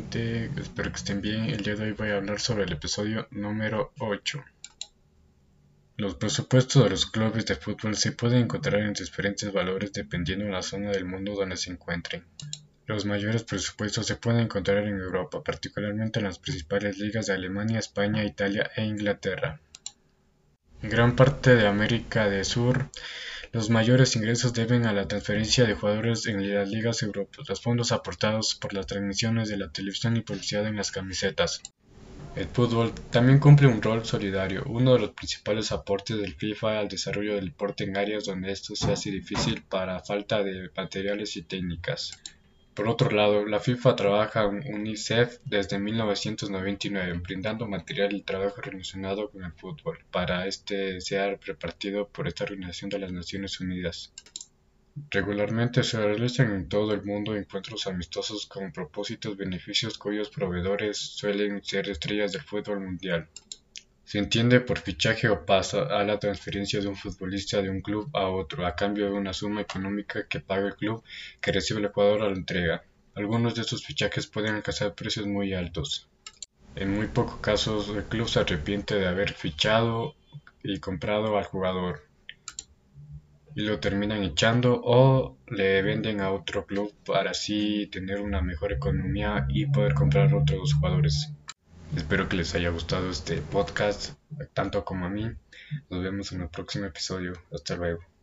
gente, espero que estén bien. El día de hoy voy a hablar sobre el episodio número 8. Los presupuestos de los clubes de fútbol se pueden encontrar en diferentes valores dependiendo de la zona del mundo donde se encuentren. Los mayores presupuestos se pueden encontrar en Europa, particularmente en las principales ligas de Alemania, España, Italia e Inglaterra. En gran parte de América del Sur, los mayores ingresos deben a la transferencia de jugadores en las ligas europeas, los fondos aportados por las transmisiones de la televisión y publicidad en las camisetas. El fútbol también cumple un rol solidario, uno de los principales aportes del FIFA al desarrollo del deporte en áreas donde esto se hace difícil para falta de materiales y técnicas. Por otro lado, la FIFA trabaja en UNICEF desde 1999, brindando material y trabajo relacionado con el fútbol, para sea repartido por esta Organización de las Naciones Unidas. Regularmente se realizan en todo el mundo encuentros amistosos con propósitos beneficios cuyos proveedores suelen ser estrellas del fútbol mundial. Se entiende por fichaje o pasa a la transferencia de un futbolista de un club a otro a cambio de una suma económica que paga el club que recibe el jugador a la entrega. Algunos de estos fichajes pueden alcanzar precios muy altos. En muy pocos casos el club se arrepiente de haber fichado y comprado al jugador y lo terminan echando o le venden a otro club para así tener una mejor economía y poder comprar otros jugadores. Espero que les haya gustado este podcast, tanto como a mí. Nos vemos en el próximo episodio. Hasta luego.